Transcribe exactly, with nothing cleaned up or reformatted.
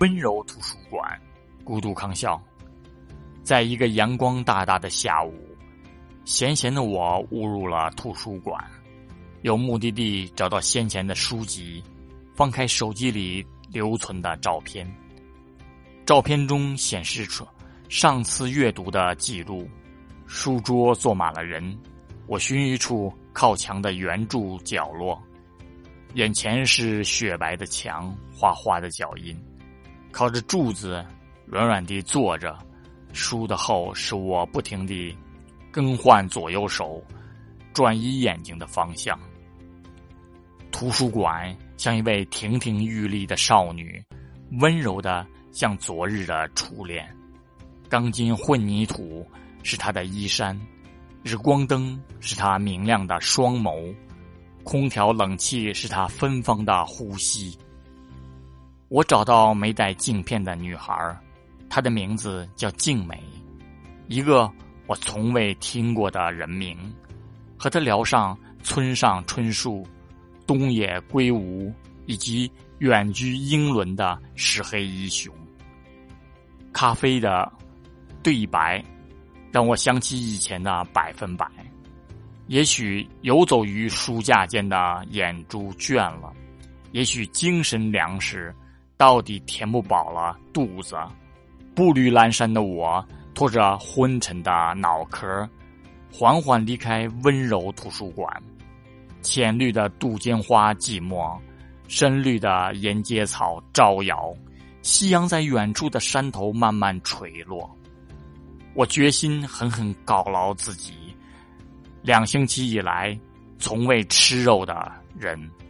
温柔图书馆，孤独康笑。在一个阳光大大的下午，闲闲的我误入了图书馆，有目的地找到先前的书籍，翻开手机里留存的照片。照片中显示出上次阅读的记录，书桌坐满了人，我寻一处靠墙的圆柱角落，眼前是雪白的墙，哗哗的脚印，靠着柱子软软地坐着，书的后使我不停地更换左右手，转移眼睛的方向。图书馆像一位亭亭玉立的少女，温柔的像昨日的初恋。钢筋混凝土是她的衣衫，日光灯是她明亮的双眸，空调冷气是她芬芳的呼吸。我找到没戴镜片的女孩，她的名字叫静美，一个我从未听过的人名。和她聊上村上春树、东野圭吾以及远居英伦的石黑一雄。咖啡的对白让我想起以前的百分百，也许游走于书架间的眼珠倦了，也许精神粮食到底填不饱了肚子。步履蹒跚的我拖着昏沉的脑壳，缓缓离开温柔图书馆。浅绿的杜鹃花寂寞，深绿的沿街草招摇，夕阳在远处的山头慢慢垂落。我决心狠狠犒劳自己，两星期以来从未吃肉的人。